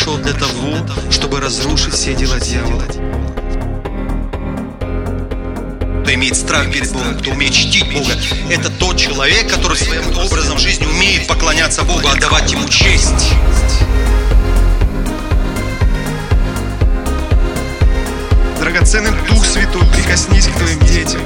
пришел для того, чтобы разрушить все дела дьявола. Кто имеет страх перед Богом, кто умеет чтить Бога, это тот человек, который своим образом жизни умеет поклоняться Богу, отдавать Ему честь. Драгоценный Дух Святой, прикоснись к твоим детям.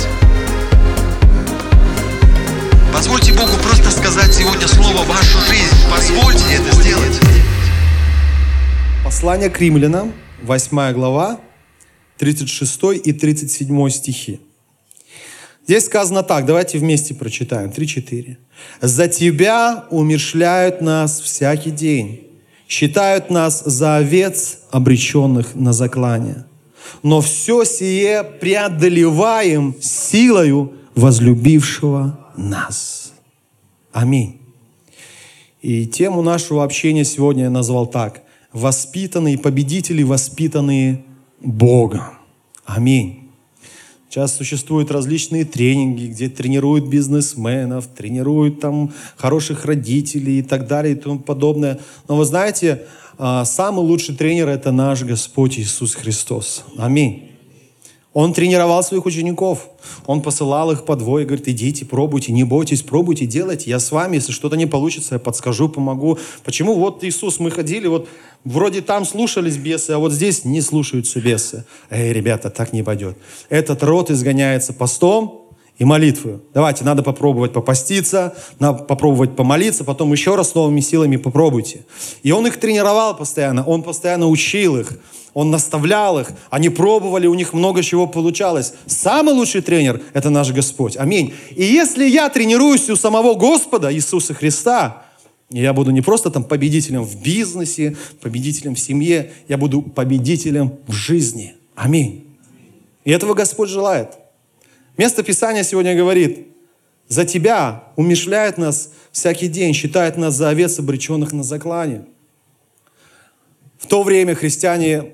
Позвольте Богу просто сказать сегодня слово в вашу жизнь. Позвольте это сделать. Послание к римлянам, 8 глава, 36 и 37 стихи. Здесь сказано так, давайте вместе прочитаем, 3-4. «За Тебя умерщвляют нас всякий день, считают нас за овец, обреченных на заклание. Но все сие преодолеваем силою возлюбившего нас». Аминь. И тему нашего общения сегодня я назвал так. Воспитанные победители, воспитанные Богом. Аминь. Сейчас существуют различные тренинги, где тренируют бизнесменов, тренируют там хороших родителей и так далее и тому подобное. Но вы знаете, самый лучший тренер – это наш Господь Иисус Христос. Аминь. Он тренировал своих учеников. Он посылал их по двое, говорит, идите, пробуйте, не бойтесь, пробуйте, делайте. Я с вами, если что-то не получится, я подскажу, помогу. Почему? Вот Иисус, мы ходили, вот вроде там слушались бесы, а вот здесь не слушаются бесы. Ребята, так не пойдет. Этот род изгоняется постом и молитвою. Давайте, надо попробовать попаститься, надо попробовать помолиться, потом еще раз новыми силами попробуйте. И он их тренировал постоянно, он постоянно учил их. Он наставлял их, они пробовали, у них много чего получалось. Самый лучший тренер – это наш Господь. Аминь. И если я тренируюсь у самого Господа Иисуса Христа, я буду не просто там победителем в бизнесе, победителем в семье, я буду победителем в жизни. Аминь. И этого Господь желает. Место Писания сегодня говорит, «За Тебя умерщвляют нас всякий день, считают нас за овец, обреченных на заклание». В то время христиане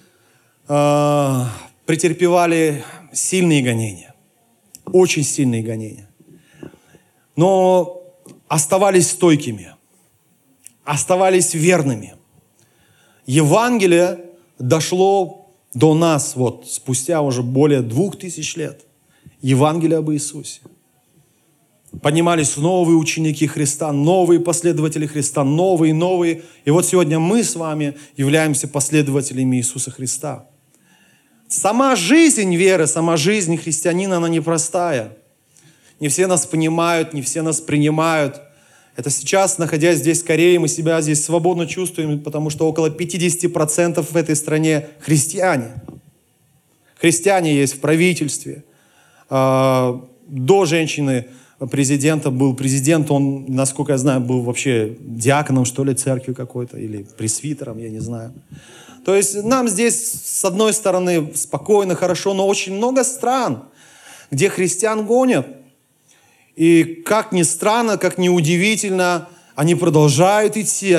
претерпевали сильные гонения, очень сильные гонения, но оставались стойкими, оставались верными. Евангелие дошло до нас вот спустя уже более 2000 лет. Евангелие об Иисусе. Поднимались новые ученики Христа, новые последователи Христа, новые. И вот сегодня мы с вами являемся последователями Иисуса Христа. Сама жизнь веры, сама жизнь христианина, она непростая. Не все нас понимают, не все нас принимают. Это сейчас, находясь здесь в Корее, мы себя здесь свободно чувствуем, потому что около 50% в этой стране христиане. Христиане есть в правительстве. До женщины президента был президент, он, насколько я знаю, был вообще диаконом, что ли, церкви какой-то, или пресвитером, я не знаю. То есть нам здесь, с одной стороны, спокойно, хорошо, но очень много стран, где христиан гонят. И как ни странно, как ни удивительно, они продолжают идти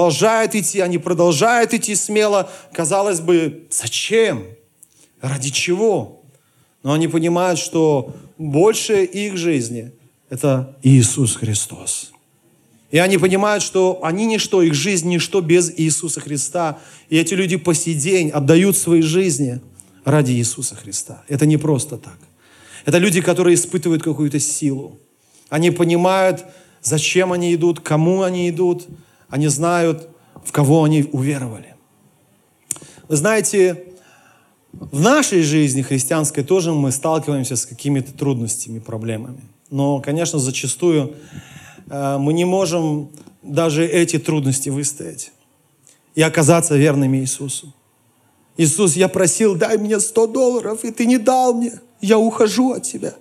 смело. Казалось бы, зачем? Ради чего? Но они понимают, что больше их жизни – это Иисус Христос. И они понимают, что они ничто, их жизнь ничто без Иисуса Христа. И эти люди по сей день отдают свои жизни ради Иисуса Христа. Это не просто так. Это люди, которые испытывают какую-то силу. Они понимают, зачем они идут, кому они идут. Они знают, в кого они уверовали. Вы знаете, в нашей жизни христианской тоже мы сталкиваемся с какими-то трудностями, проблемами. Но, конечно, зачастую мы не можем даже эти трудности выстоять и оказаться верными Иисусу. Иисус, я просил, дай мне $100, и ты не дал мне. Я ухожу от тебя.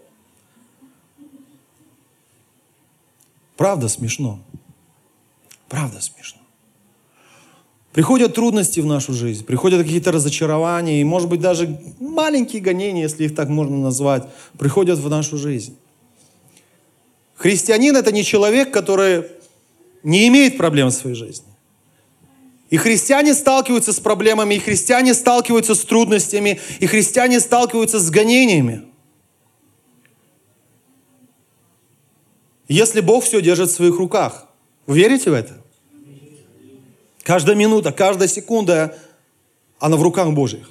Правда смешно. Правда смешно. Приходят трудности в нашу жизнь, приходят какие-то разочарования, и, может быть, даже маленькие гонения, если их так можно назвать, приходят в нашу жизнь. Христианин – это не человек, который не имеет проблем в своей жизни. И христиане сталкиваются с проблемами, и христиане сталкиваются с трудностями, и христиане сталкиваются с гонениями. Если Бог все держит в своих руках, вы верите в это? Каждая минута, каждая секунда, она в руках Божьих.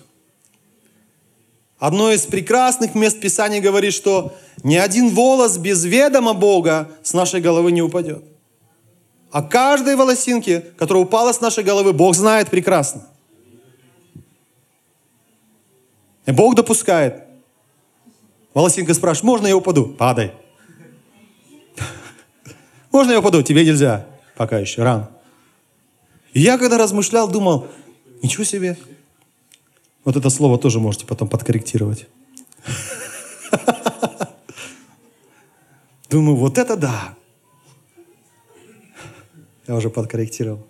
Одно из прекрасных мест Писания говорит, что ни один волос без ведома Бога с нашей головы не упадет. А каждой волосинке, которая упала с нашей головы, Бог знает прекрасно. И Бог допускает. Волосинка спрашивает: можно я упаду? Падай. Можно я упаду? Тебе нельзя. Пока еще рано. И я когда размышлял, думал: ничего себе. Вот это слово тоже можете потом подкорректировать. Думаю, вот это да. Я уже подкорректировал.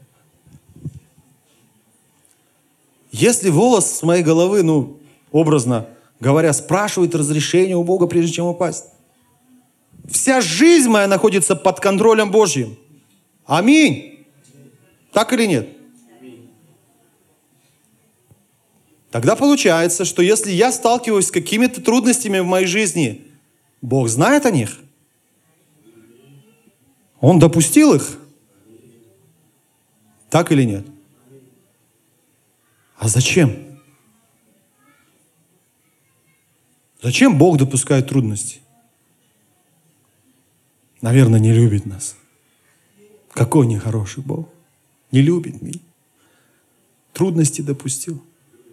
Если волос с моей головы, образно говоря, спрашивает разрешение у Бога, прежде чем упасть. Вся жизнь моя находится под контролем Божьим. Аминь. Так или нет? Тогда получается, что если я сталкиваюсь с какими-то трудностями в моей жизни, Бог знает о них. Он допустил их. Так или нет? А зачем? Зачем Бог допускает трудности? Наверное, не любит нас. Какой нехороший Бог. Не любит меня. Трудности допустил.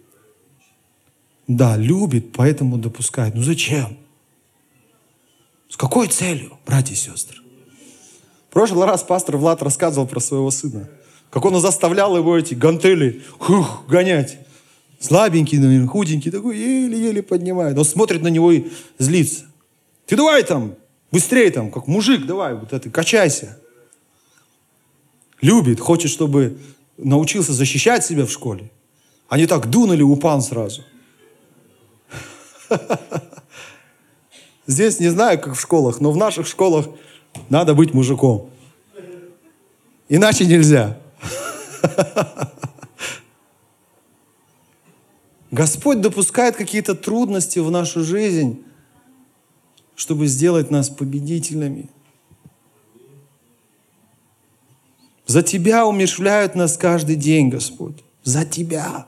Да, любит, поэтому допускает. Зачем? С какой целью, братья и сестры? В прошлый раз пастор Влад рассказывал про своего сына. Как он заставлял его эти гантели гонять. Слабенький, наверное, худенький, такой еле-еле поднимает. Он смотрит на него и злится. Ты давай там, быстрее там, как мужик, давай, вот это, качайся. Любит, хочет, чтобы научился защищать себя в школе. Они так дунули, упал сразу. Здесь не знаю, как в школах, но в наших школах надо быть мужиком. Иначе нельзя. Господь допускает какие-то трудности в нашу жизнь, чтобы сделать нас победителями. За Тебя умерщвляют нас каждый день, Господь. За Тебя.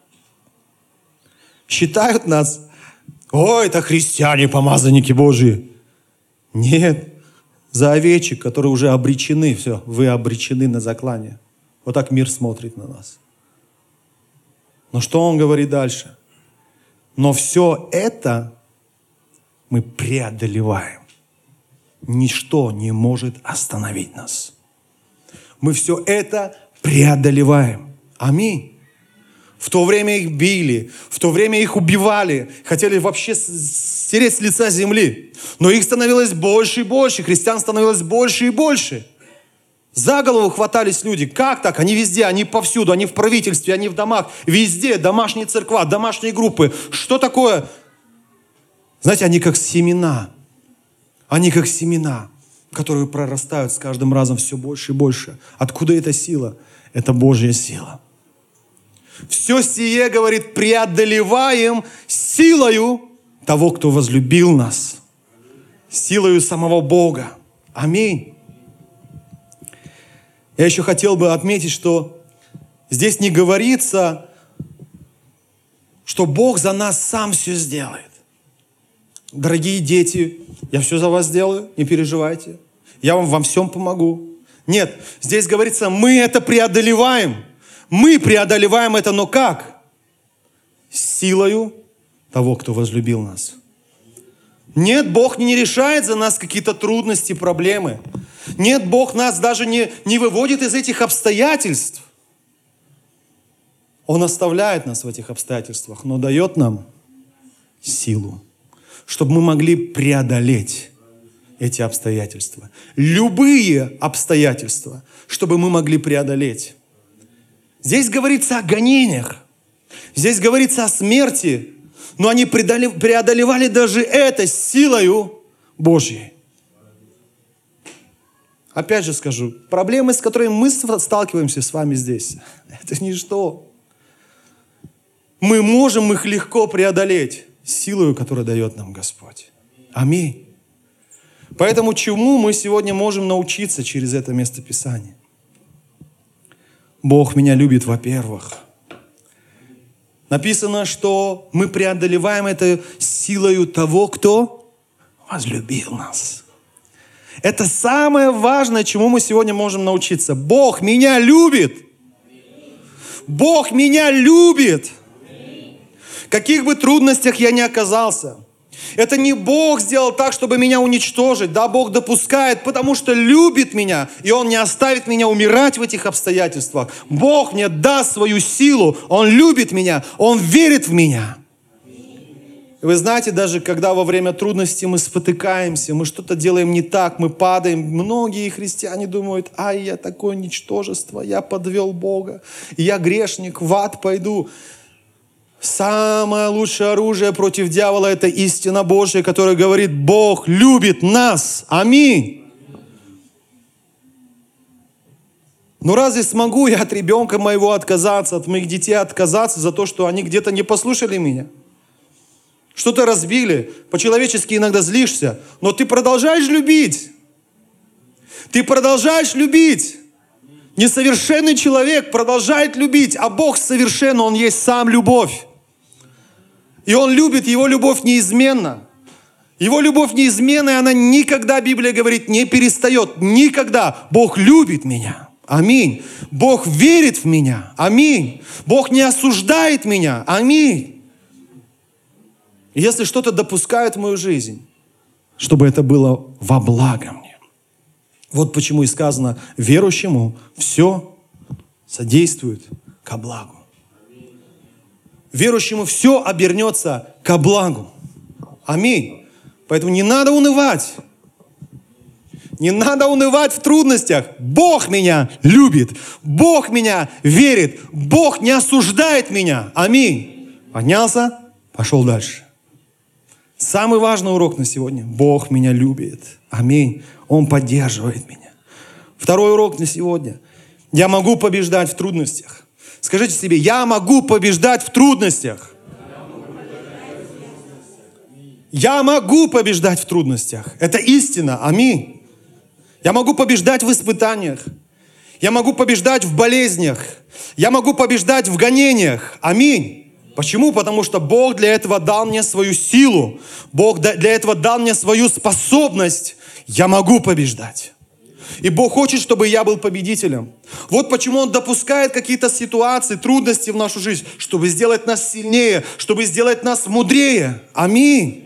Считают нас: ой, это христиане, помазанники Божьи. Нет. За овечек, которые уже обречены. Все, вы обречены на заклание. Вот так мир смотрит на нас. Но что он говорит дальше? Но все это мы преодолеваем. Ничто не может остановить нас. Мы все это преодолеваем. Аминь. В то время их били, в то время их убивали, хотели вообще стереть с лица земли. Но их становилось больше и больше, христиан становилось больше и больше. За голову хватались люди. Как так? Они везде, они повсюду, они в правительстве, они в домах. Везде домашние церкви, домашние группы. Что такое? Знаете, они как семена. Они как семена, которые прорастают с каждым разом все больше и больше. Откуда эта сила? Это Божья сила. Все сие, говорит, преодолеваем силою того, кто возлюбил нас. Силою самого Бога. Аминь. Я еще хотел бы отметить, что здесь не говорится, что Бог за нас сам все сделает. Дорогие дети, я все за вас сделаю, не переживайте. Я вам во всем помогу. Нет, здесь говорится, мы это преодолеваем. Мы преодолеваем это, но как? Силою того, кто возлюбил нас. Нет, Бог не решает за нас какие-то трудности, проблемы. Нет, Бог нас даже не выводит из этих обстоятельств. Он оставляет нас в этих обстоятельствах, но дает нам силу, чтобы мы могли преодолеть эти обстоятельства. Любые обстоятельства, чтобы мы могли преодолеть. Здесь говорится о гонениях. Здесь говорится о смерти. Но они преодолевали даже это силою Божьей. Опять же скажу, проблемы, с которыми мы сталкиваемся с вами здесь, это ничто. Мы можем их легко преодолеть силою, которую дает нам Господь. Аминь. Поэтому чему мы сегодня можем научиться через это местописание? Бог меня любит, во-первых. Написано, что мы преодолеваем это силою того, кто возлюбил нас. Это самое важное, чему мы сегодня можем научиться. Бог меня любит. Бог меня любит. В каких бы трудностях я ни оказался. Это не Бог сделал так, чтобы меня уничтожить. Да, Бог допускает, потому что любит меня, и Он не оставит меня умирать в этих обстоятельствах. Бог мне даст свою силу, Он любит меня, Он верит в меня. И вы знаете, даже когда во время трудностей мы спотыкаемся, мы что-то делаем не так, мы падаем, многие христиане думают: ай, я такое ничтожество, я подвел Бога, я грешник, в ад пойду. Самое лучшее оружие против дьявола – это истина Божья, которая говорит: Бог любит нас. Аминь. Но разве смогу я от ребенка моего отказаться, от моих детей отказаться за то, что они где-то не послушали меня? Что-то разбили, по-человечески иногда злишься, но ты продолжаешь любить. Ты продолжаешь любить. Несовершенный человек продолжает любить, а Бог совершенный, Он есть сам любовь. И Он любит, Его любовь неизменна. Его любовь неизменна, и она никогда, Библия говорит, не перестает. Никогда. Бог любит меня. Аминь. Бог верит в меня. Аминь. Бог не осуждает меня. Аминь. И если что-то допускает в мою жизнь, чтобы это было во благо мне. Вот почему и сказано: верующему все содействует ко благу. Верующему все обернется ко благу. Аминь. Поэтому не надо унывать. Не надо унывать в трудностях. Бог меня любит. Бог меня верит. Бог не осуждает меня. Аминь. Поднялся, пошел дальше. Самый важный урок на сегодня. Бог меня любит. Аминь. Он поддерживает меня. Второй урок на сегодня. Я могу побеждать в трудностях. Скажите себе: я могу побеждать в трудностях. Я могу побеждать в трудностях. Это истина. Аминь. Я могу побеждать в испытаниях. Я могу побеждать в болезнях. Я могу побеждать в гонениях. Аминь. Почему? Потому что Бог для этого дал мне свою силу. Бог для этого дал мне свою способность. Я могу побеждать. И Бог хочет, чтобы я был победителем. Вот почему Он допускает какие-то ситуации, трудности в нашу жизнь, чтобы сделать нас сильнее, чтобы сделать нас мудрее. Аминь.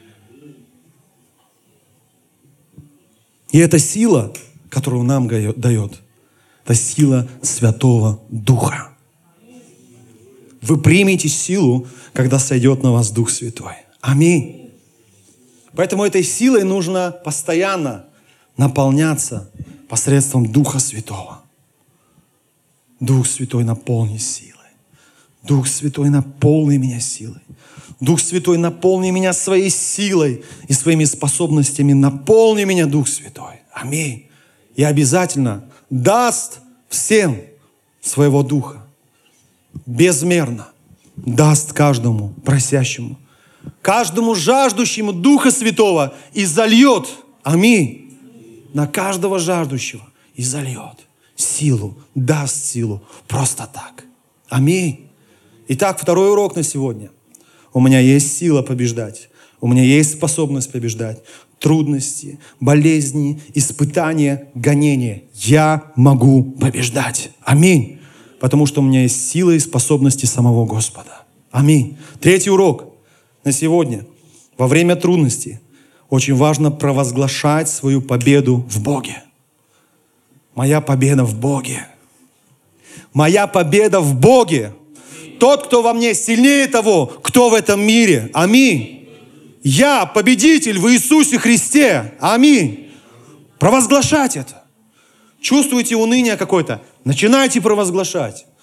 И эта сила, которую Он нам дает, это сила Святого Духа. Вы примете силу, когда сойдет на вас Дух Святой. Аминь. Поэтому этой силой нужно постоянно наполняться посредством Духа Святого. Дух Святой, наполни силой. Дух Святой, наполни меня силой. Дух Святой, наполни меня своей силой и своими способностями. Наполни меня, Дух Святой. Аминь. И обязательно даст всем своего Духа. Безмерно даст каждому просящему, каждому жаждущему Духа Святого и зальет. Аминь. На каждого жаждущего и зальет силу, даст силу просто так. Аминь. Итак, второй урок на сегодня. У меня есть сила побеждать. У меня есть способность побеждать. Трудности, болезни, испытания, гонения. Я могу побеждать. Аминь. Потому что у меня есть сила и способности самого Господа. Аминь. Третий урок на сегодня. Во время трудностей очень важно провозглашать свою победу в Боге. Моя победа в Боге. Моя победа в Боге. Тот, кто во мне, сильнее того, кто в этом мире. Аминь. Я победитель в Иисусе Христе. Аминь. Провозглашать это. Чувствуете уныние какое-то? Начинайте провозглашать.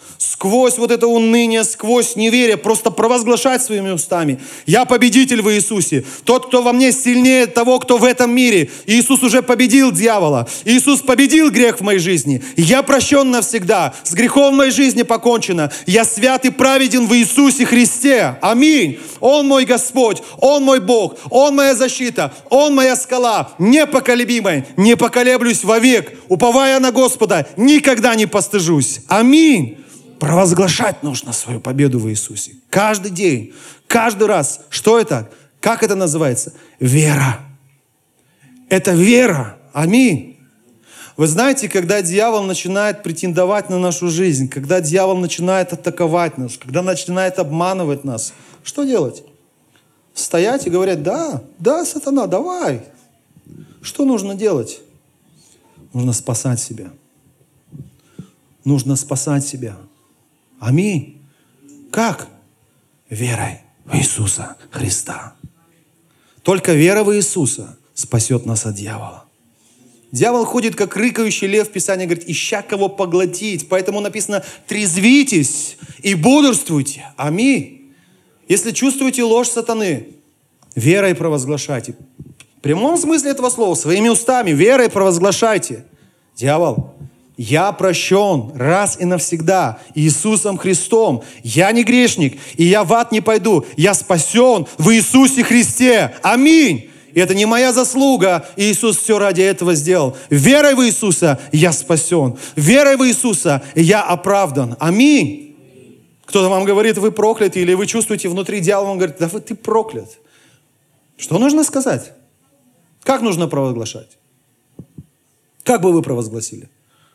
сквозь вот это уныние, сквозь неверие, просто провозглашать своими устами: я победитель в Иисусе. Тот, кто во мне, сильнее того, кто в этом мире. Иисус уже победил дьявола. Иисус победил грех в моей жизни. Я прощен навсегда. С грехом в моей жизни покончено. Я свят и праведен в Иисусе Христе. Аминь. Он мой Господь, Он мой Бог, Он моя защита, Он моя скала, непоколебимая. Не поколеблюсь вовек, уповая на Господа, никогда не постыжусь. Аминь. Провозглашать нужно свою победу в Иисусе. Каждый день, каждый раз. Что это? Как это называется? Вера. Это вера. Аминь. Вы знаете, когда дьявол начинает претендовать на нашу жизнь, когда дьявол начинает атаковать нас, когда начинает обманывать нас, что делать? Стоять и говорить: да, сатана, давай. Что нужно делать? Нужно спасать себя. Нужно спасать себя. Аминь. Как? Верой в Иисуса Христа. Только вера в Иисуса спасет нас от дьявола. Дьявол ходит, как рыкающий лев, в Писании говорит, ища кого поглотить. Поэтому написано: трезвитесь и бодрствуйте. Аминь. Если чувствуете ложь сатаны, верой провозглашайте. В прямом смысле этого слова, своими устами, верой провозглашайте: дьявол, я прощен раз и навсегда Иисусом Христом. Я не грешник, и я в ад не пойду. Я спасен в Иисусе Христе. Аминь. И это не моя заслуга. Иисус все ради этого сделал. Верой в Иисуса я спасен. Верой в Иисуса я оправдан. Аминь. Кто-то вам говорит: вы прокляты, или вы чувствуете внутри дьявола, он говорит: да ты проклят. Что нужно сказать? Как нужно провозглашать? Как бы вы провозгласили?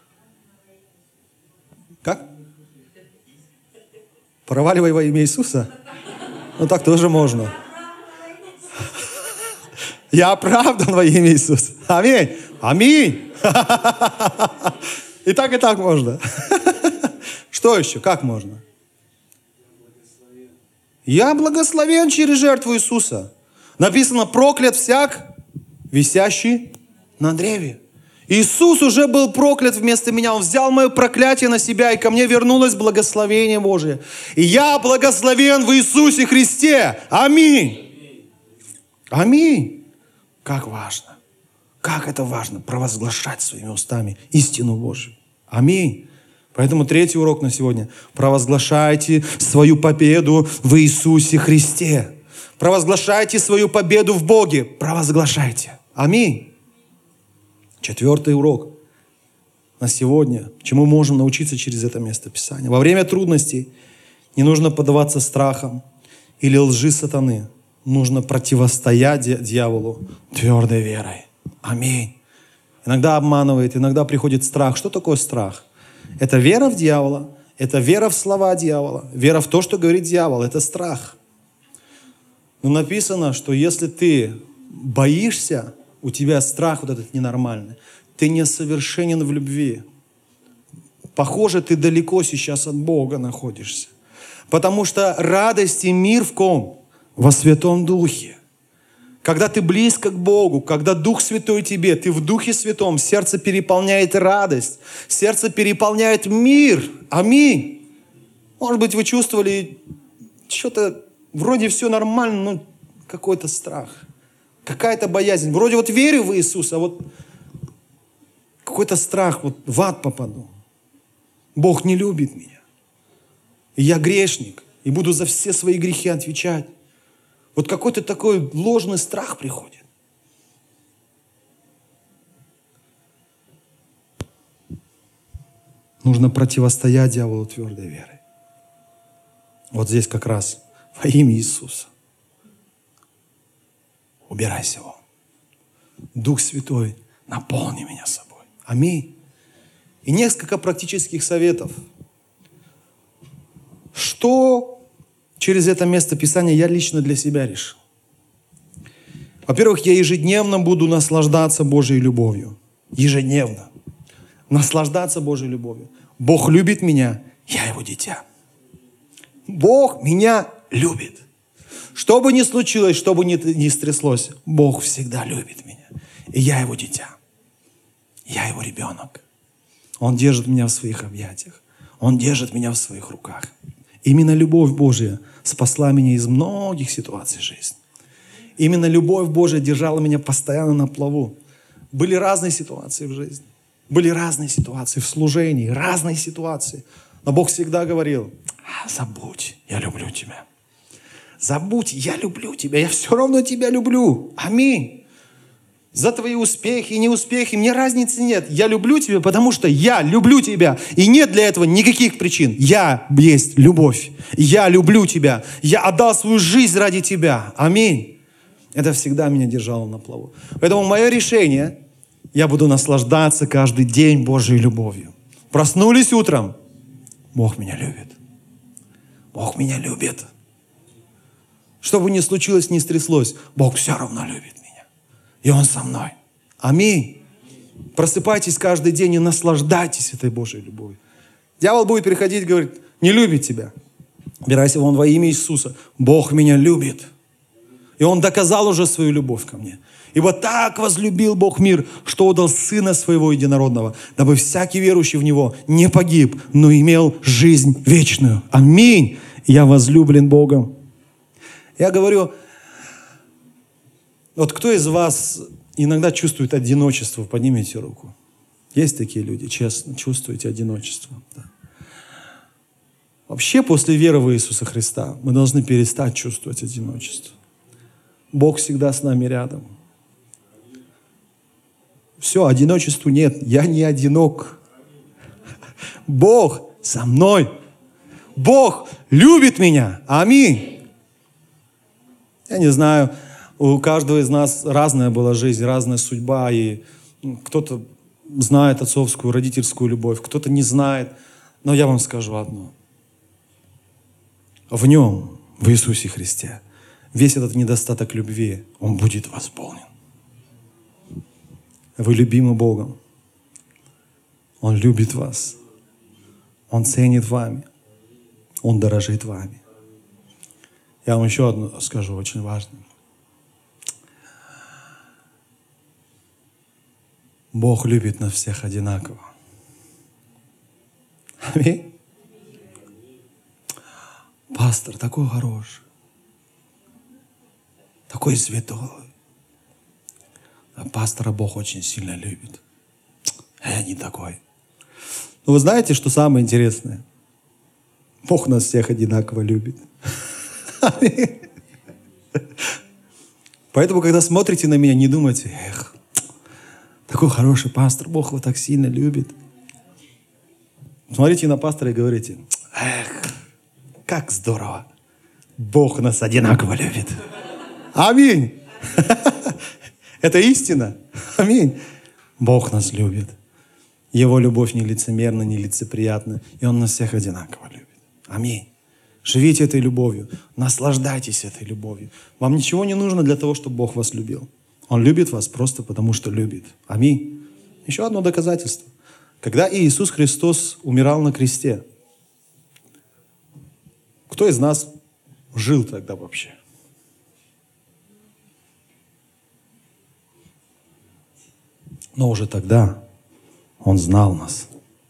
Как? Проваливай во имя Иисуса? Ну так тоже можно. Я оправдан во имя Иисуса. Аминь. Аминь. И так можно. Что еще? Как можно? Я благословен через жертву Иисуса. Написано: проклят всяк, висящий на древе. Иисус уже был проклят вместо меня. Он взял мое проклятие на себя, и ко мне вернулось благословение Божие. И я благословен в Иисусе Христе. Аминь. Аминь. Как важно. Как это важно провозглашать своими устами истину Божию. Аминь. Поэтому третий урок на сегодня. Провозглашайте свою победу в Иисусе Христе. Провозглашайте свою победу в Боге. Провозглашайте. Аминь. Четвертый урок на сегодня, чему можем научиться через это место Писания. Во время трудностей не нужно поддаваться страхам или лжи сатаны. Нужно противостоять дьяволу твердой верой. Аминь. Иногда обманывает, иногда приходит страх. Что такое страх? Это вера в дьявола, это вера в слова дьявола, вера в то, что говорит дьявол. Это страх. Но написано, что если ты боишься, у тебя страх вот этот ненормальный, ты несовершенен в любви. Похоже, ты далеко сейчас от Бога находишься. Потому что радость и мир в ком? Во Святом Духе. Когда ты близко к Богу, когда Дух Святой тебе, ты в Духе Святом, сердце переполняет радость, сердце переполняет мир. Аминь. Может быть, вы чувствовали что-то, вроде все нормально, но какой-то страх. Какая-то боязнь. Вроде вот верю в Иисуса, а вот какой-то страх, вот в ад попаду. Бог не любит меня. И я грешник, и буду за все свои грехи отвечать. Вот какой-то такой ложный страх приходит. Нужно противостоять дьяволу твердой верой. Вот здесь как раз во имя Иисуса. Убирайся вон. Дух Святой, наполни меня собой. Аминь. И несколько практических советов. Что через это место Писания я лично для себя решил? Во-первых, я ежедневно буду наслаждаться Божьей любовью. Ежедневно. Наслаждаться Божьей любовью. Бог любит меня, я Его дитя. Бог меня любит. Что бы ни случилось, что бы ни стряслось, Бог всегда любит меня. И я Его дитя. Я Его ребенок. Он держит меня в своих объятиях. Он держит меня в своих руках. Именно любовь Божья спасла меня из многих ситуаций жизни. Именно любовь Божья держала меня постоянно на плаву. Были разные ситуации в жизни. Были разные ситуации в служении, разные ситуации. Но Бог всегда говорил: забудь, я люблю тебя. Забудь, я люблю тебя, я все равно тебя люблю. Аминь. За твои успехи и неуспехи мне разницы нет. Я люблю тебя, потому что я люблю тебя. И нет для этого никаких причин. Я есть любовь. Я люблю тебя. Я отдал свою жизнь ради тебя. Аминь. Это всегда меня держало на плаву. Поэтому мое решение: я буду наслаждаться каждый день Божьей любовью. Проснулись утром. Бог меня любит. Бог меня любит. Что бы ни случилось, ни стряслось, Бог все равно любит меня. И Он со мной. Аминь. Просыпайтесь каждый день и наслаждайтесь этой Божьей любовью. Дьявол будет приходить и говорить: не любит тебя. Убирайся вон во имя Иисуса. Бог меня любит. И Он доказал уже свою любовь ко мне. Ибо так возлюбил Бог мир, что отдал Сына Своего Единородного, дабы всякий верующий в Него не погиб, но имел жизнь вечную. Аминь. Я возлюблен Богом. Я говорю, вот кто из вас иногда чувствует одиночество? Поднимите руку. Есть такие люди, честно, чувствуете одиночество? Да. Вообще, после веры в Иисуса Христа мы должны перестать чувствовать одиночество. Бог всегда с нами рядом. Все, одиночеству нет. Я не одинок. Бог со мной. Бог любит меня. Аминь. Я не знаю, у каждого из нас разная была жизнь, разная судьба. И кто-то знает отцовскую, родительскую любовь, кто-то не знает. Но я вам скажу одно. В Нем, в Иисусе Христе, весь этот недостаток любви, он будет восполнен. Вы любимы Богом. Он любит вас. Он ценит вами. Он дорожит вами. Я вам еще одно скажу, очень важное. Бог любит нас всех одинаково. Аминь. Пастор такой хороший, такой святой. А пастора Бог очень сильно любит. А я не такой. Но вы знаете, что самое интересное? Бог нас всех одинаково любит. Поэтому, когда смотрите на меня, не думайте: эх, такой хороший пастор, Бог его так сильно любит. Смотрите на пастора и говорите: эх, как здорово, Бог нас одинаково любит. Аминь. Это истина. Аминь. Бог нас любит. Его любовь не лицемерна, не лицеприятна. И Он нас всех одинаково любит. Аминь. Живите этой любовью. Наслаждайтесь этой любовью. Вам ничего не нужно для того, чтобы Бог вас любил. Он любит вас просто потому, что любит. Аминь. Еще одно доказательство. Когда Иисус Христос умирал на кресте, кто из нас жил тогда вообще? Но уже тогда Он знал нас.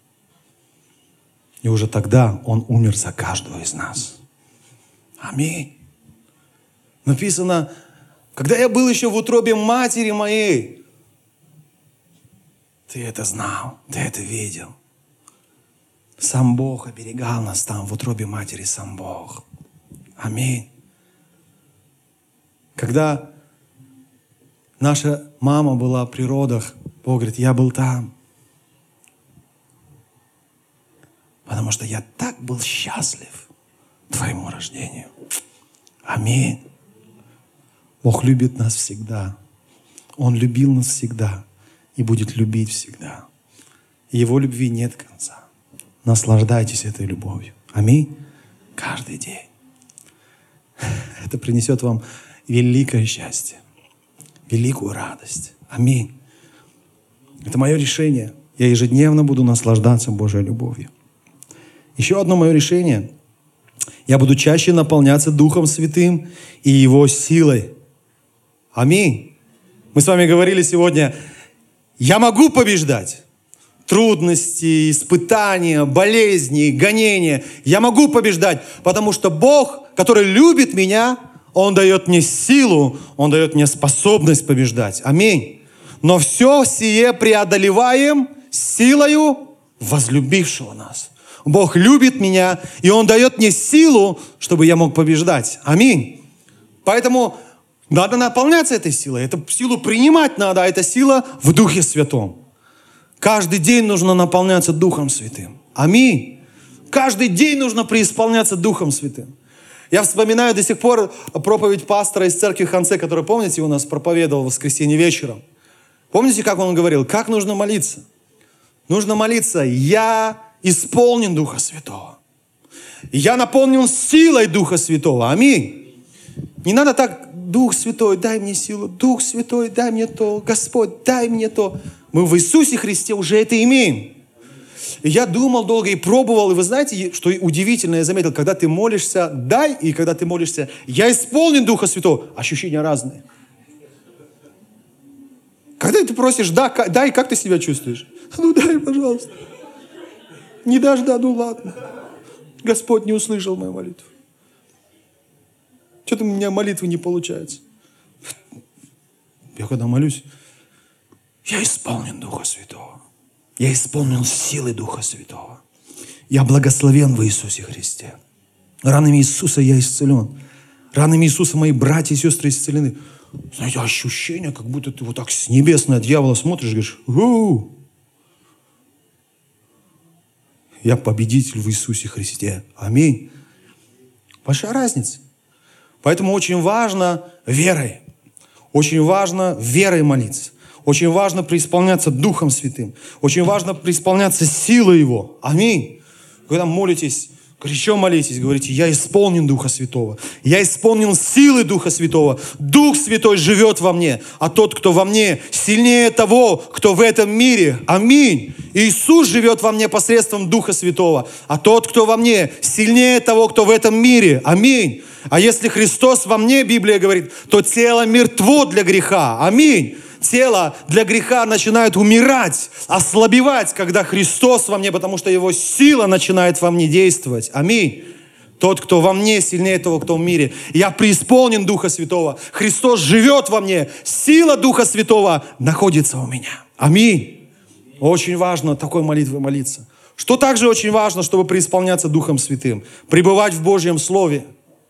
И уже тогда Он умер за каждого из нас. Аминь. Написано: когда я был еще в утробе матери моей, ты это знал, ты это видел. Сам Бог оберегал нас там, в утробе матери, сам Бог. Аминь. Когда наша мама была при родах, Бог говорит: я был там. Потому что я так был счастлив твоему рождению. Аминь. Бог любит нас всегда. Он любил нас всегда и будет любить всегда. И Его любви нет конца. Наслаждайтесь этой любовью. Аминь. Каждый день. Это принесет вам великое счастье, великую радость. Аминь. Это мое решение. Я ежедневно буду наслаждаться Божьей любовью. Еще одно мое решение. Я буду чаще наполняться Духом Святым и Его силой. Аминь. Мы с вами говорили сегодня: я могу побеждать трудности, испытания, болезни, гонения. Я могу побеждать, потому что Бог, который любит меня, Он дает мне силу, Он дает мне способность побеждать. Аминь. Но все сие преодолеваем силою возлюбившего нас. Бог любит меня, и Он дает мне силу, чтобы я мог побеждать. Аминь. Поэтому надо наполняться этой силой. Эту силу принимать надо, а эта сила в Духе Святом. Каждый день нужно наполняться Духом Святым. Аминь. Каждый день нужно преисполняться Духом Святым. Я вспоминаю до сих пор проповедь пастора из церкви Ханце, который, помните, у нас проповедовал в воскресенье вечером. Помните, как он говорил? Как нужно молиться? Нужно молиться: «Я исполнен Духа Святого. Я наполнен силой Духа Святого». Аминь. Не надо так: Дух Святой, дай мне силу. Дух Святой, дай мне то. Господь, дай мне то. Мы в Иисусе Христе уже это имеем. И я думал долго и пробовал. И вы знаете, что удивительно, я заметил, когда ты молишься «дай», и когда ты молишься «я исполнен Духа Святого», ощущения разные. Когда ты просишь «дай», как ты себя чувствуешь? Ну дай, пожалуйста. Не дашь, да, ну ладно. Господь не услышал мою молитву. Что-то у меня молитвы не получается. Я когда молюсь, я исполнен Духа Святого. Я исполнен силы Духа Святого. Я благословен в Иисусе Христе. Ранами Иисуса я исцелен. Ранами Иисуса мои братья и сестры исцелены. Знаете, ощущение, как будто ты вот так с небес на дьявола смотришь и говоришь: «У-у-у! Я победитель в Иисусе Христе». Аминь. Большая разница. Поэтому очень важно верой. Очень важно верой молиться. Очень важно преисполняться Духом Святым. Очень важно преисполняться силой Его. Аминь. Когда молитесь, горячо молитесь, говорите: «Я исполнен Духа Святого. Я исполнен силы Духа Святого. Дух Святой живет во мне, а тот, кто во мне, сильнее того, кто в этом мире». Аминь. Иисус живет во мне посредством Духа Святого, а тот, кто во мне, сильнее того, кто в этом мире. Аминь. А если Христос во мне, Библия говорит, то тело мертво для греха. Аминь. Тело для греха начинает умирать, ослабевать, когда Христос во мне, потому что Его сила начинает во мне действовать. Аминь. Тот, кто во мне, сильнее того, кто в мире. Я преисполнен Духа Святого. Христос живет во мне. Сила Духа Святого находится у меня. Аминь. Очень важно такой молитвой молиться. Что также очень важно, чтобы преисполняться Духом Святым? Пребывать в Божьем Слове.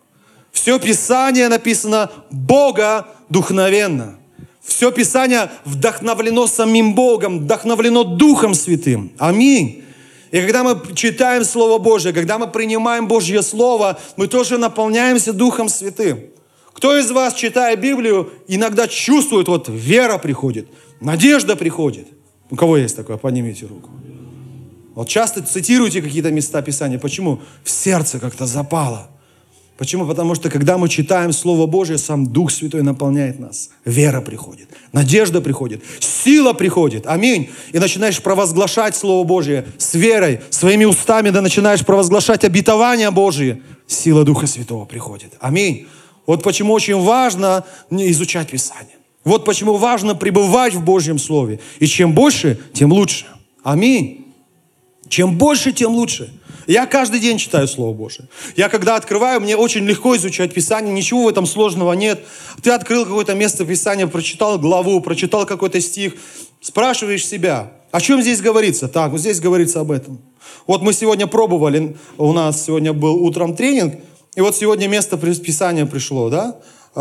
Все Писание написано Бога духновенно. Все Писание вдохновлено самим Богом, вдохновлено Духом Святым. Аминь. И когда мы читаем Слово Божье, когда мы принимаем Божье Слово, мы тоже наполняемся Духом Святым. Кто из вас, читая Библию, иногда чувствует, вот вера приходит, надежда приходит? У кого есть такое? Поднимите руку. Вот часто цитируйте какие-то места Писания. Почему? В сердце как-то запало. Почему? Потому что, когда мы читаем Слово Божие, сам Дух Святой наполняет нас. Вера приходит, надежда приходит, сила приходит. Аминь. И начинаешь провозглашать Слово Божие с верой, своими устами, да начинаешь провозглашать обетования Божие. Сила Духа Святого приходит. Аминь. Вот почему очень важно изучать Писание. Вот почему важно пребывать в Божьем Слове. И чем больше, тем лучше. Аминь. Чем больше, тем лучше. Я каждый день читаю Слово Божие. Я когда открываю, мне очень легко изучать Писание, ничего в этом сложного нет. Ты открыл какое-то место Писания, прочитал главу, прочитал какой-то стих, спрашиваешь себя, о чем здесь говорится? Так, вот здесь говорится об этом. Вот мы сегодня пробовали, у нас сегодня был утром тренинг, и вот сегодня место Писания пришло, да?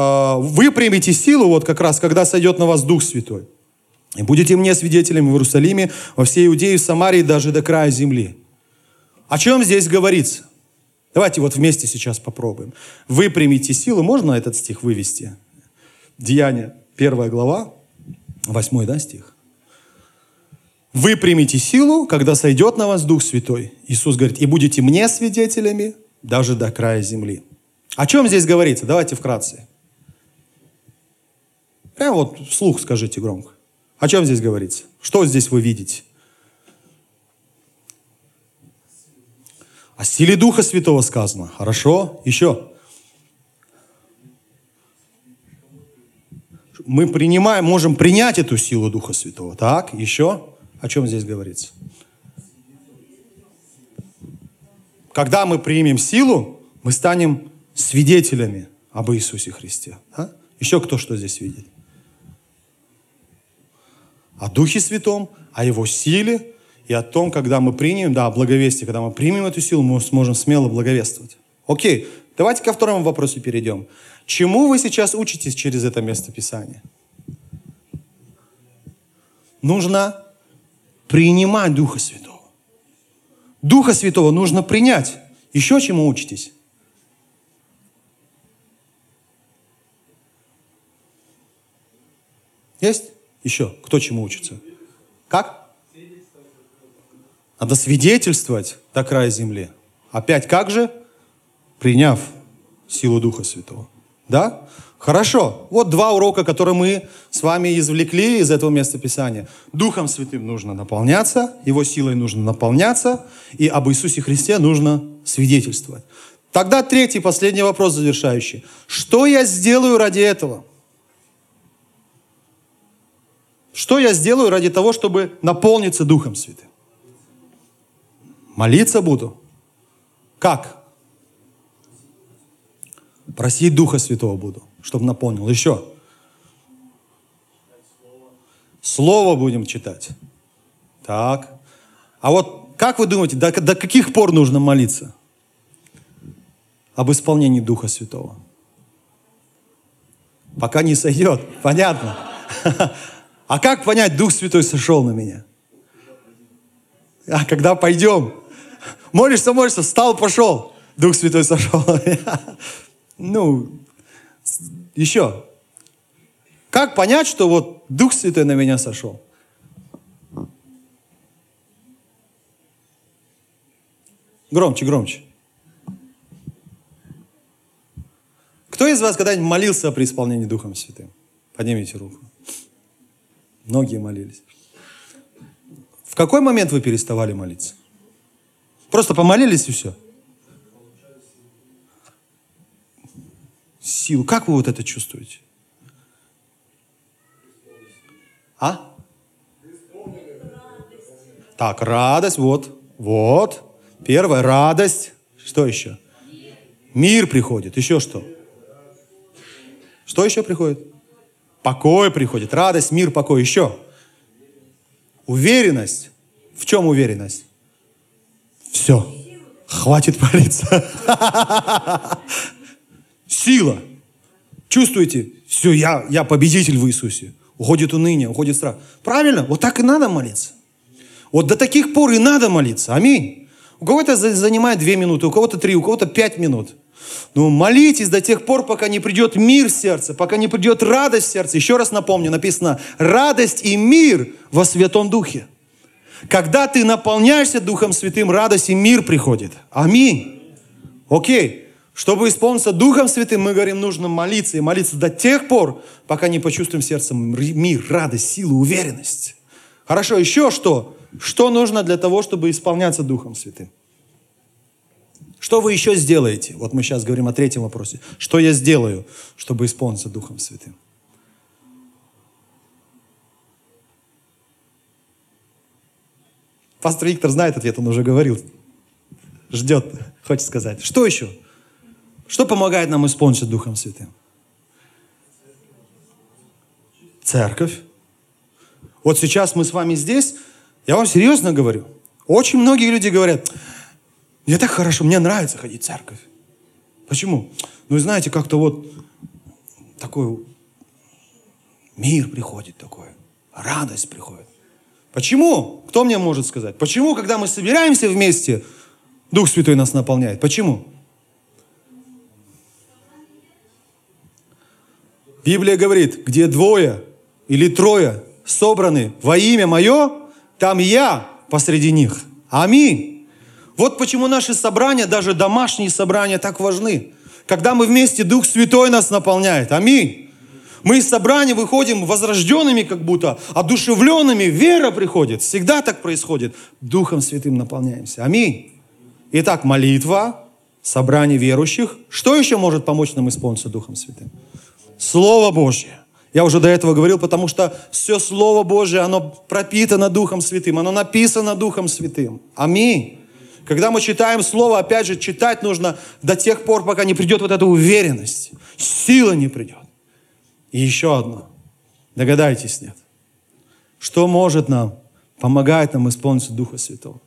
Вы примете силу, вот как раз, когда сойдет на вас Дух Святой. И будете мне свидетелями в Иерусалиме, во всей Иудее, в Самарии, даже до края земли. О чем здесь говорится? Давайте вот вместе сейчас попробуем. Вы примите силу. Можно этот стих вывести? Деяния, 1 глава, 8, да, стих? Вы примите силу, когда сойдет на вас Дух Святой. Иисус говорит, и будете мне свидетелями даже до края земли. О чем здесь говорится? Давайте вкратце. Прямо вот вслух скажите громко. О чем здесь говорится? Что здесь вы видите? О силе Духа Святого сказано. Хорошо. Еще. Мы можем принять эту силу Духа Святого. Так, еще. О чем здесь говорится? когда мы примем силу, мы станем свидетелями об Иисусе Христе. А? Еще кто что здесь видит? О Духе Святом, о Его силе и о том, когда мы примем, о благовестии, когда мы примем эту силу, мы сможем смело благовествовать. Окей, давайте ко второму вопросу перейдем. Чему вы сейчас учитесь через это место Писания? Нужно принимать Духа Святого. Духа Святого нужно принять. Еще чему учитесь? Есть? Еще? Кто чему учится? Как? Надо свидетельствовать до края земли. Опять как же? Приняв силу Духа Святого. Да? Хорошо. Вот два урока, которые мы с вами извлекли из этого места Писания. Духом Святым нужно наполняться, Его силой нужно наполняться, и об Иисусе Христе нужно свидетельствовать. Тогда третий, последний вопрос завершающий. Что я сделаю ради этого? Что я сделаю ради того, чтобы наполниться Духом Святым? Молиться буду. Как? Просить Духа Святого буду, чтобы наполнил. Еще. Слово будем читать. Так. А вот как вы думаете, до каких пор нужно молиться об исполнении Духа Святого? Пока не сойдет. Понятно. А как понять, Дух Святой сошел на меня? А когда пойдем? Молишься, встал, пошел. Дух Святой сошел на меня. Еще. Как понять, что вот Дух Святой на меня сошел? Громче, громче. Кто из вас когда-нибудь молился при исполнении Духом Святым? Поднимите руку. Многие молились. В какой момент вы переставали молиться? Просто помолились и все? Силу. Как вы вот это чувствуете? А? Так, радость, вот. Первое, радость. Что еще? Мир приходит. Еще что? Что еще приходит? Покой приходит. Радость, мир, покой. Еще. Уверенность. В чем уверенность? Все. Хватит молиться. Сила. Чувствуете? Все, я победитель в Иисусе. Уходит уныние, уходит страх. Правильно? Вот так и надо молиться. Вот до таких пор и надо молиться. Аминь. У кого-то занимает 2 минуты, у кого-то 3, у кого-то 5 минут. Но молитесь до тех пор, пока не придет мир в сердце, пока не придет радость в сердце. Еще раз напомню, написано, радость и мир во Святом Духе. Когда ты наполняешься Духом Святым, радость и мир приходит. Аминь. Окей. Чтобы исполниться Духом Святым, мы говорим, нужно молиться. И молиться до тех пор, пока не почувствуем сердцем мир, радость, силу, уверенность. Хорошо, еще что? Что нужно для того, чтобы исполняться Духом Святым? Что вы еще сделаете? Вот мы сейчас говорим о третьем вопросе. Что я сделаю, чтобы исполниться Духом Святым? Пастор Виктор знает ответ, он уже говорил. Ждет, хочет сказать. Что еще? Что помогает нам исполниться Духом Святым? Церковь. Вот сейчас мы с вами здесь, я вам серьезно говорю. Очень многие люди говорят, мне так хорошо, мне нравится ходить в церковь. Почему? Ну, знаете, как-то вот такой мир приходит такой, радость приходит. Почему? Кто мне может сказать? Почему, когда мы собираемся вместе, Дух Святой нас наполняет? Почему? Библия говорит, где 2 или 3 собраны во имя Мое, там я посреди них. Аминь. Вот почему наши собрания, даже домашние собрания, так важны. Когда мы вместе, Дух Святой нас наполняет. Аминь. Мы из собрания выходим возрожденными как будто, одушевленными. Вера приходит. Всегда так происходит. Духом Святым наполняемся. Аминь. Итак, молитва, собрание верующих. Что еще может помочь нам исполниться Духом Святым? Слово Божье. Я уже до этого говорил, потому что все Слово Божье, оно пропитано Духом Святым. Оно написано Духом Святым. Аминь. Когда мы читаем Слово, опять же, читать нужно до тех пор, пока не придет вот эта уверенность. Сила не придет. И еще одно. Догадайтесь, нет? Что может нам, помогает нам исполниться Духа Святого?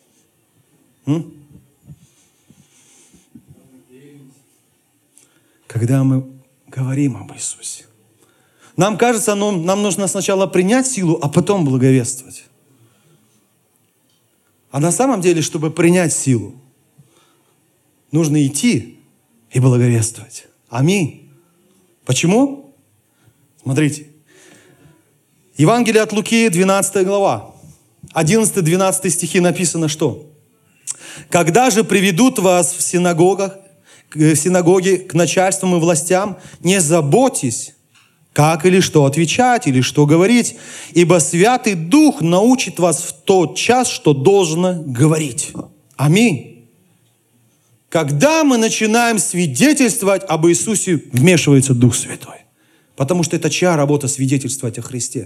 Когда мы говорим об Иисусе. Нам кажется, нам нужно сначала принять силу, а потом благовествовать. А на самом деле, чтобы принять силу, нужно идти и благовествовать. Аминь. Почему? Смотрите. Евангелие от Луки, 12 глава. 11-12 стихи написано что? «Когда же приведут вас в синагоги к начальствам и властям, не заботьтесь, как или что отвечать, или что говорить, ибо Святый Дух научит вас в тот час, что должно говорить». Аминь. Когда мы начинаем свидетельствовать об Иисусе, вмешивается Дух Святой. Потому что это чья работа свидетельствовать о Христе?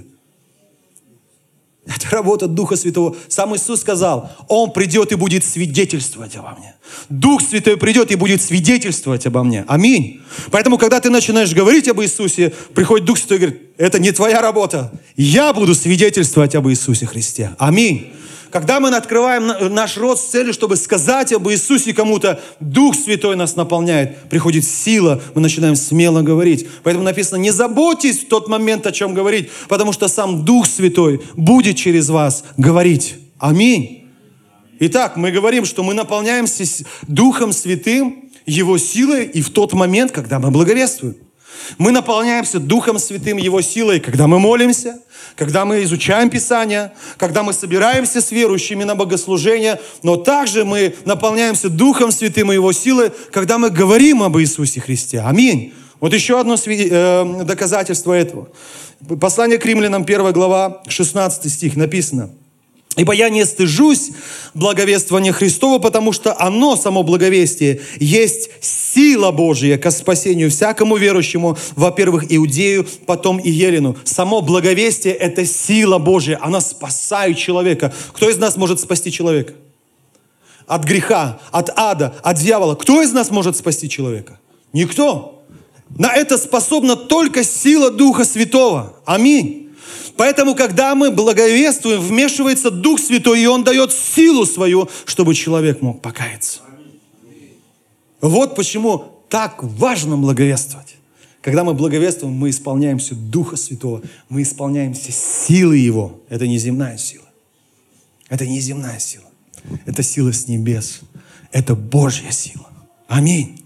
Это работа Духа Святого. Сам Иисус сказал, Он придет и будет свидетельствовать обо мне. Дух Святой придет и будет свидетельствовать обо мне. Аминь. Поэтому, когда ты начинаешь говорить об Иисусе, приходит Дух Святой и говорит, это не твоя работа. Я буду свидетельствовать об Иисусе Христе. Аминь. Когда мы открываем наш рот с целью, чтобы сказать об Иисусе кому-то, Дух Святой нас наполняет, приходит сила, мы начинаем смело говорить. Поэтому написано, не заботьтесь в тот момент, о чем говорить, потому что сам Дух Святой будет через вас говорить. Аминь. Итак, мы говорим, что мы наполняемся Духом Святым, Его силой и в тот момент, когда мы благовествуем. Мы наполняемся Духом Святым, Его силой, когда мы молимся, когда мы изучаем Писание, когда мы собираемся с верующими на богослужение, но также мы наполняемся Духом Святым и Его силой, когда мы говорим об Иисусе Христе. Аминь. Вот еще одно доказательство этого. Послание к Римлянам, 1 глава, 16 стих написано. «Ибо я не стыжусь благовествования Христова, потому что оно, само благовестие, есть сила Божия ко спасению всякому верующему, во-первых, иудею, потом и елену». Само благовестие – это сила Божия, она спасает человека. Кто из нас может спасти человека? От греха, от ада, от дьявола. Кто из нас может спасти человека? Никто. На это способна только сила Духа Святого. Аминь. Поэтому, когда мы благовествуем, вмешивается Дух Святой, и Он дает силу свою, чтобы человек мог покаяться. Вот почему так важно благовествовать. Когда мы благовествуем, мы исполняемся Духа Святого, мы исполняемся силы Его. Это не земная сила. Это не земная сила. Это сила с небес. Это Божья сила. Аминь.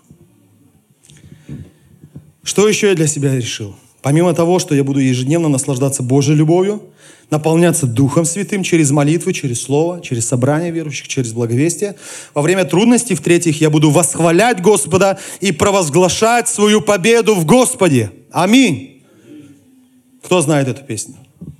Что еще я для себя решил? Помимо того, что я буду ежедневно наслаждаться Божьей любовью, наполняться Духом Святым через молитвы, через Слово, через собрание верующих, через благовестие, во время трудностей, в-третьих, я буду восхвалять Господа и провозглашать свою победу в Господе. Аминь. Кто знает эту песню?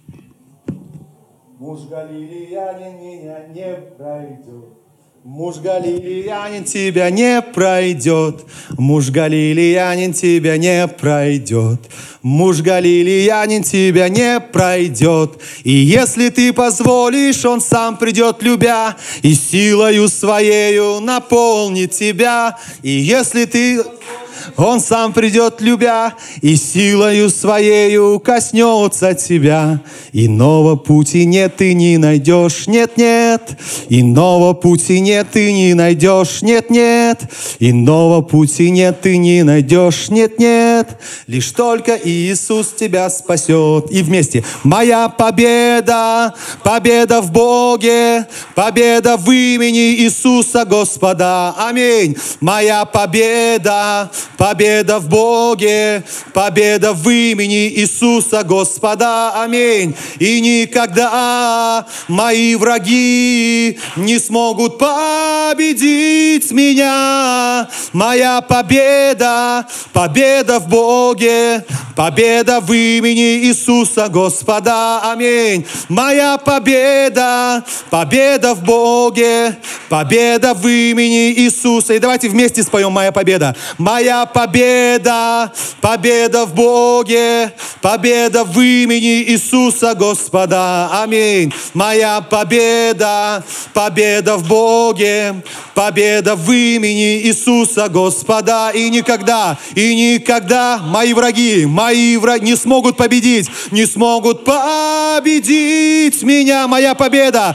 Муж галилеянин меня не пройдет. Муж галилеянин тебя не пройдет. Муж галилеянин тебя не пройдет. Муж галилеянин тебя не пройдет. И если ты позволишь, он сам придет, любя, и силою своею наполнит тебя. И если ты... Он сам придет, любя, и силою своею коснется тебя. Иного пути нет, ты не найдешь, нет-нет. Иного пути нет, ты не найдешь, нет-нет. Иного пути нет, ты не найдешь, нет-нет. Лишь только Иисус тебя спасет. И вместе. Моя победа, победа в Боге, победа в имени Иисуса Господа. Аминь. Моя победа, победа в Боге, победа в имени Иисуса Господа. Аминь. И никогда мои враги не смогут победить меня. Моя победа, победа в Боге, Победа в имени Иисуса Господа. Аминь. Моя победа, победа в Боге, победа в имени Иисуса. И давайте вместе споем «Моя победа». Моя победа, победа в Боге, победа в имени Иисуса Господа. Аминь. Моя победа, победа в Боге, победа в имени Иисуса Господа. И никогда мои враги не смогут победить меня. Моя победа,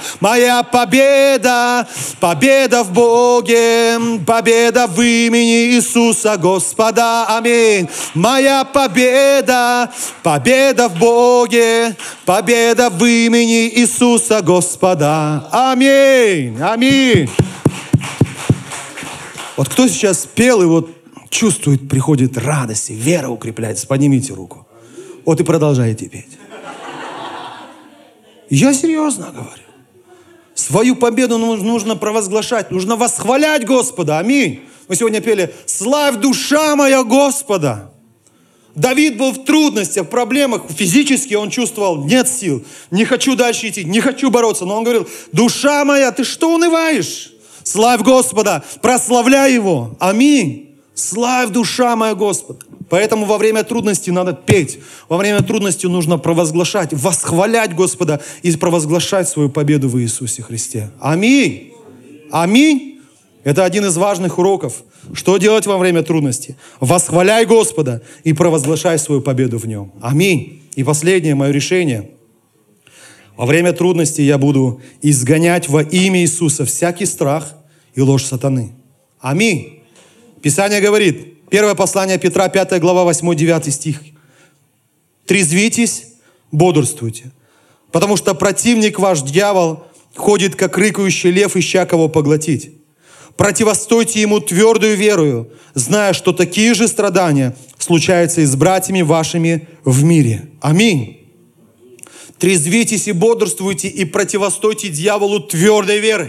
победа в Боге, победа в имени Иисуса Господа. Аминь. Моя победа, победа в Боге, победа в имени Иисуса Господа. Аминь. Аминь. Вот кто сейчас пел и вот чувствует, приходит радость, и вера укрепляется, поднимите руку. Вот и продолжайте петь. Я серьезно говорю. Свою победу нужно провозглашать, нужно восхвалять Господа. Аминь. Мы сегодня пели «Славь, душа моя Господа». Давид был в трудностях, в проблемах. Физически он чувствовал, нет сил. Не хочу дальше идти, не хочу бороться. Но он говорил, душа моя, ты что унываешь? Славь Господа, прославляй Его. Аминь. Славь, душа моя Господа. Поэтому во время трудностей надо петь. Во время трудностей нужно провозглашать, восхвалять Господа и провозглашать свою победу в Иисусе Христе. Аминь. Аминь. Это один из важных уроков. Что делать во время трудностей? Восхваляй Господа и провозглашай свою победу в Нем. Аминь. И последнее мое решение. Во время трудностей я буду изгонять во имя Иисуса всякий страх и ложь сатаны. Аминь. Писание говорит, первое послание Петра, 5 глава, 8-9 стих. «Трезвитесь, бодрствуйте, потому что противник ваш, дьявол, ходит, как рыкающий лев, ища кого поглотить. Противостойте ему твердую верою, зная, что такие же страдания случаются и с братьями вашими в мире». Аминь. Трезвитесь и бодрствуйте, и противостойте дьяволу твердой верой.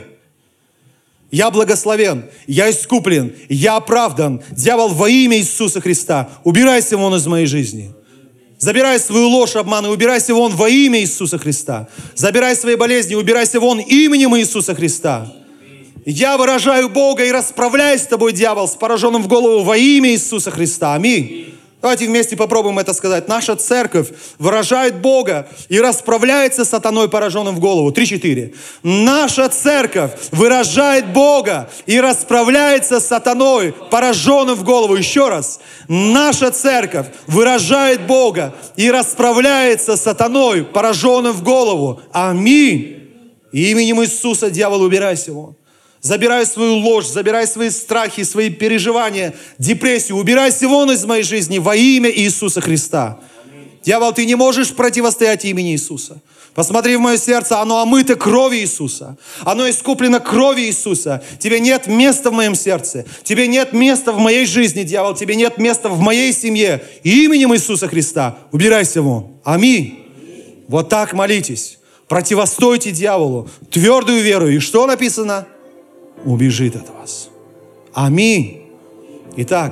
Я благословен, я искуплен, я оправдан. Дьявол, во имя Иисуса Христа, убирайся вон из моей жизни. Забирай свою ложь, обман, и убирайся вон во имя Иисуса Христа. Забирай свои болезни, убирайся вон именем Иисуса Христа. Я выражаю Бога и расправляюсь с тобой, дьявол, с пораженным в голову во имя Иисуса Христа. Аминь. Давайте вместе попробуем это сказать. Наша церковь выражает Бога и расправляется с сатаной, пораженным в голову. 3-4. Наша церковь выражает Бога и расправляется с сатаной, пораженным в голову. Еще раз. Наша церковь выражает Бога и расправляется с сатаной, пораженным в голову. Аминь. Именем Иисуса, дьявол, убирайся вон. Забирай свою ложь, забирай свои страхи, свои переживания, депрессию. Убирайся вон из моей жизни во имя Иисуса Христа. Дьявол, ты не можешь противостоять имени Иисуса. Посмотри в мое сердце, оно омыто кровью Иисуса. Оно искуплено кровью Иисуса. Тебе нет места в моем сердце. Тебе нет места в моей жизни, дьявол. Тебе нет места в моей семье. Именем Иисуса Христа убирайся вон. Аминь. Вот так молитесь. Противостойте дьяволу твердую веру. И что написано? Убежит от вас. Аминь. Итак,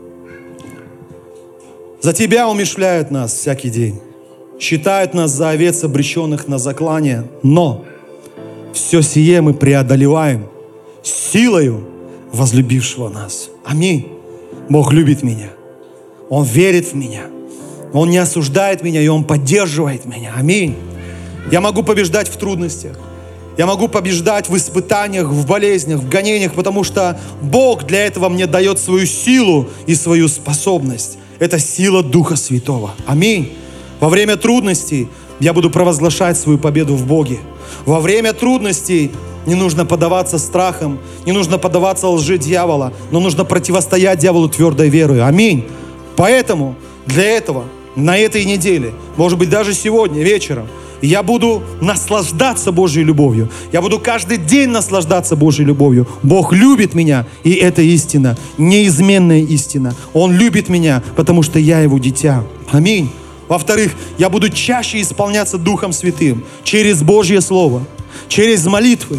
за Тебя умерщвляют нас всякий день. Считают нас за овец, обреченных на заклание. Но все сие мы преодолеваем силою возлюбившего нас. Аминь. Бог любит меня. Он верит в меня. Он не осуждает меня, и Он поддерживает меня. Аминь. Я могу побеждать в трудностях. Я могу побеждать в испытаниях, в болезнях, в гонениях, потому что Бог для этого мне дает свою силу и свою способность. Это сила Духа Святого. Аминь. Во время трудностей я буду провозглашать свою победу в Боге. Во время трудностей не нужно поддаваться страхам, не нужно поддаваться лжи дьявола, но нужно противостоять дьяволу твердой верой. Аминь. Поэтому для этого на этой неделе, может быть, даже сегодня вечером, я буду наслаждаться Божьей любовью. Я буду каждый день наслаждаться Божьей любовью. Бог любит меня, и это истина, неизменная истина. Он любит меня, потому что я Его дитя. Аминь. Во-вторых, я буду чаще исполняться Духом Святым через Божье Слово, через молитвы.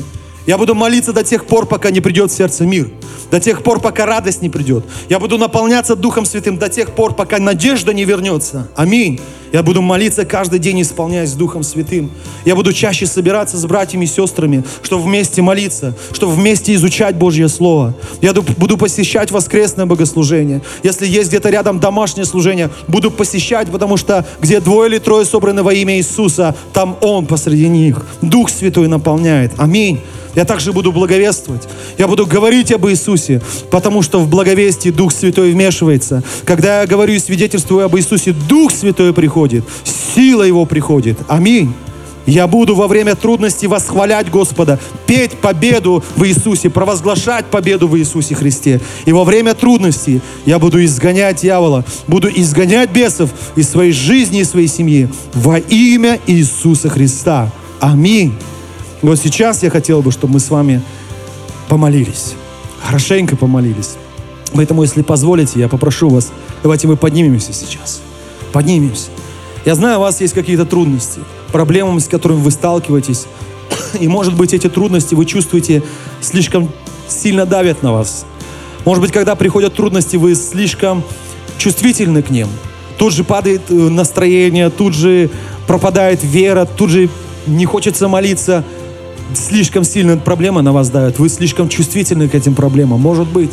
Я буду молиться до тех пор, пока не придет в сердце мир. До тех пор, пока радость не придет. Я буду наполняться Духом Святым до тех пор, пока надежда не вернется. Аминь. Я буду молиться каждый день, исполняясь Духом Святым. Я буду чаще собираться с братьями и сестрами, чтобы вместе молиться, чтобы вместе изучать Божье Слово. Я буду посещать воскресное богослужение. Если есть где-то рядом домашнее служение, буду посещать, потому что где 2 или 3 собраны во имя Иисуса, там Он посреди них. Дух Святой наполняет. Аминь. Я также буду благовествовать. Я буду говорить об Иисусе, потому что в благовестии Дух Святой вмешивается. Когда я говорю и свидетельствую об Иисусе, Дух Святой приходит, сила Его приходит. Аминь. Я буду во время трудностей восхвалять Господа, петь победу в Иисусе, провозглашать победу в Иисусе Христе. И во время трудностей я буду изгонять дьявола, буду изгонять бесов из своей жизни и своей семьи во имя Иисуса Христа. Аминь. Вот сейчас я хотел бы, чтобы мы с вами помолились, хорошенько помолились. Поэтому, если позволите, я попрошу вас, давайте мы поднимемся сейчас. Поднимемся. Я знаю, у вас есть какие-то трудности, проблемы, с которыми вы сталкиваетесь. И, может быть, эти трудности вы чувствуете слишком сильно давят на вас. Может быть, когда приходят трудности, вы слишком чувствительны к ним. Тут же падает настроение, тут же пропадает вера, тут же не хочется молиться. Слишком сильно проблема на вас давит. Вы слишком чувствительны к этим проблемам. Может быть.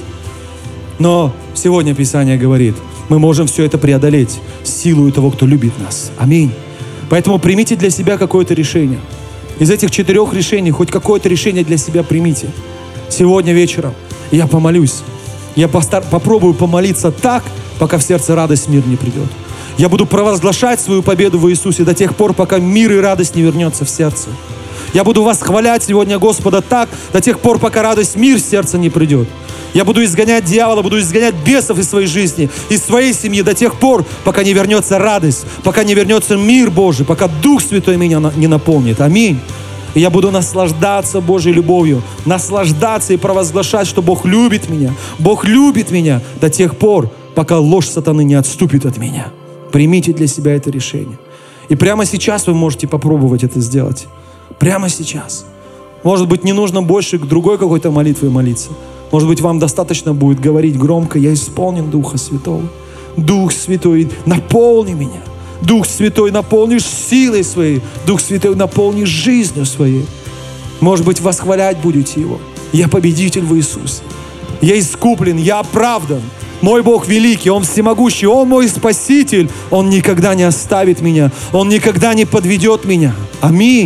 Но сегодня Писание говорит, мы можем все это преодолеть силою того, кто любит нас. Аминь. Поэтому примите для себя какое-то решение. Из этих 4 решений хоть какое-то решение для себя примите. Сегодня вечером я помолюсь. Я попробую помолиться так, пока в сердце радость, мир не придет. Я буду провозглашать свою победу в Иисусе до тех пор, пока мир и радость не вернется в сердце. Я буду восхвалять сегодня Господа так, до тех пор, пока радость, мир в сердце не придет. Я буду изгонять дьявола, буду изгонять бесов из своей жизни, из своей семьи до тех пор, пока не вернется радость, пока не вернется мир Божий, пока Дух Святой меня не наполнит. Аминь. И я буду наслаждаться Божьей любовью, наслаждаться и провозглашать, что Бог любит меня. Бог любит меня до тех пор, пока ложь сатаны не отступит от меня. Примите для себя это решение. И прямо сейчас вы можете попробовать это сделать. Прямо сейчас. Может быть, не нужно больше к другой какой-то молитве молиться. Может быть, вам достаточно будет говорить громко: «Я исполнен Духа Святого». Дух Святой, наполни меня. Дух Святой, наполнишь силой своей. Дух Святой, наполнишь жизнью своей. Может быть, восхвалять будете Его. Я победитель в Иисусе. Я искуплен, я оправдан. Мой Бог великий, Он всемогущий, Он мой Спаситель. Он никогда не оставит меня. Он никогда не подведет меня. Аминь.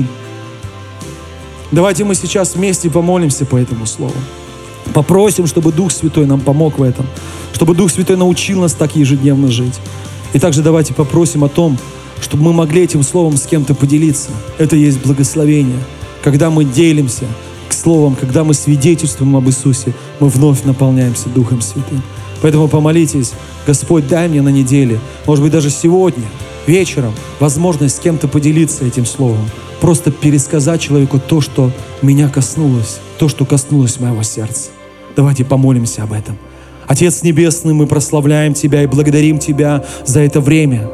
Давайте мы сейчас вместе помолимся по этому слову. Попросим, чтобы Дух Святой нам помог в этом. Чтобы Дух Святой научил нас так ежедневно жить. И также давайте попросим о том, чтобы мы могли этим словом с кем-то поделиться. Это есть благословение. Когда мы делимся к словам, когда мы свидетельствуем об Иисусе, мы вновь наполняемся Духом Святым. Поэтому помолитесь: Господь, дай мне на неделе, может быть, даже сегодня, вечером, возможность с кем-то поделиться этим словом. Просто пересказать человеку то, что меня коснулось, то, что коснулось моего сердца. Давайте помолимся об этом. Отец Небесный, мы прославляем Тебя и благодарим Тебя за это время.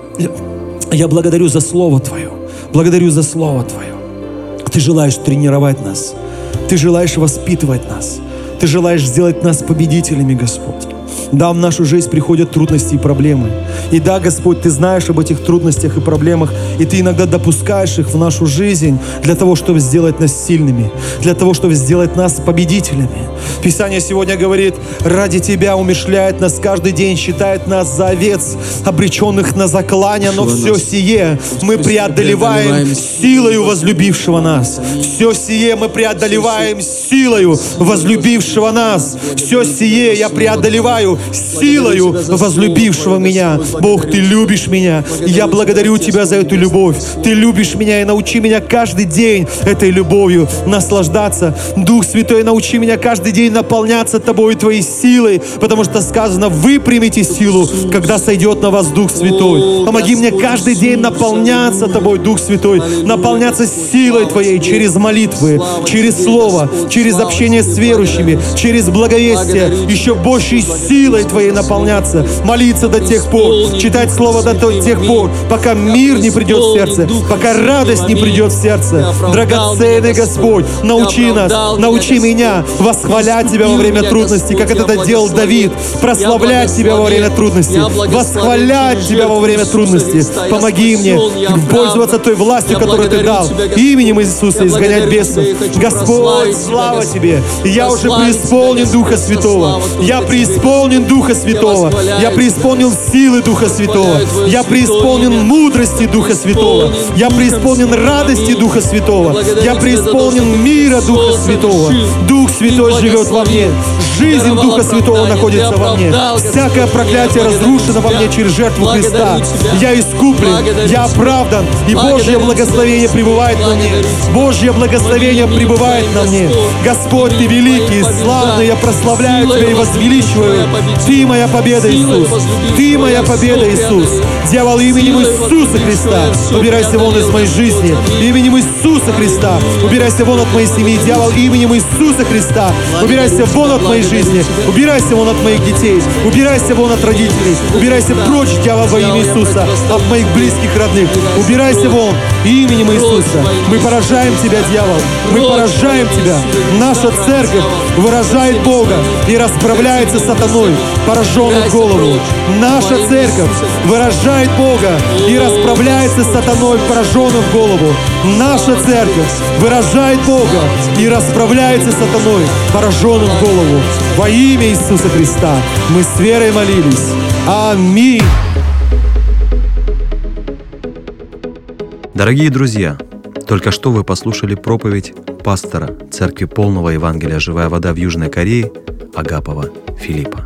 Я благодарю за Слово Твое. Благодарю за Слово Твое. Ты желаешь тренировать нас. Ты желаешь воспитывать нас. Ты желаешь сделать нас победителями, Господь. Да, в нашу жизнь приходят трудности и проблемы. И да, Господь, Ты знаешь об этих трудностях и проблемах, и Ты иногда допускаешь их в нашу жизнь для того, чтобы сделать нас сильными, для того, чтобы сделать нас победителями. Писание сегодня говорит: ради Тебя умерщвляет нас каждый день, считает нас за овец, обреченных на заклание, но все сие мы преодолеваем силою возлюбившего нас. Все сие мы преодолеваем силою возлюбившего нас. Все сие я преодолеваю силою возлюбившего меня. Бог, Ты любишь меня, и я благодарю Тебя за эту любовь. Ты любишь меня, и научи меня каждый день этой любовью наслаждаться. Дух Святой, научи меня каждый день наполняться Тобой, Твоей силой, потому что сказано: вы примете силу, когда сойдет на вас Дух Святой. Помоги мне каждый день наполняться Тобой, Дух Святой, наполняться силой Твоей через молитвы, через Слово, через общение с верующими, через благовестие, еще большей силой силой Твоей наполняться, молиться до тех пор, читать Слово до тех пор, пока мир не придет в сердце, пока радость не придет в сердце. Драгоценный Господь, научи нас, научи меня восхвалять Тебя во время трудностей, как это делал Давид, прославлять Тебя во время трудностей, восхвалять Тебя во время трудностей. Помоги мне пользоваться той властью, которую Ты дал, именем Иисуса изгонять бесов. Господь, слава Тебе! Я уже преисполнен Духа Святого. Я преисполнен Духа Святого. Я преисполнен силы Духа Святого. Я преисполнен мудрости Духа Святого. Я преисполнен радости Духа Святого. Я преисполнен мира Духа Святого. Дух Святой живет во мне. Жизнь Духа Святого находится во мне. Всякое проклятие разрушено во мне через жертву Христа. Я искуплен, я оправдан, и Божье благословение пребывает на мне. Божье благословение пребывает на мне. Господь, Ты великий, славный, я прославляю Тебя и возвеличиваю. Ты моя победа, Иисус. Ты моя победа, Иисус. Дьявол, именем Иисуса Христа, убирайся вон из моей жизни. Именем Иисуса Христа, убирайся вон от моей семьи. Дьявол, именем Иисуса Христа, убирайся вон от моей жизни. Убирайся вон от моих детей. Убирайся вон от родителей. Убирайся прочь, дьявол, во имя Иисуса, от моих близких, родных. Убирайся вон именем Иисуса. Мы поражаем Тебя, дьявол. Мы поражаем Тебя. Наша церковь выражает Бога и расправляется с сатаной, пораженным в голову. Наша церковь выражает Бога и расправляется с сатаной, пораженным в голову. Наша церковь выражает Бога и расправляется с сатаной, пораженным в голову. Во имя Иисуса Христа мы с верой молились. Аминь. Дорогие друзья, только что вы послушали проповедь пастора Церкви Полного Евангелия «Живая вода» в Южной Корее Агапова Филиппа.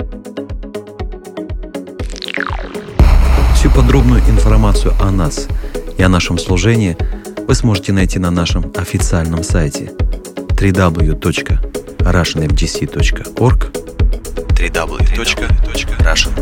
Всю подробную информацию о нас и о нашем служении вы сможете найти на нашем официальном сайте www.russianfgc.org www.russianfgc.org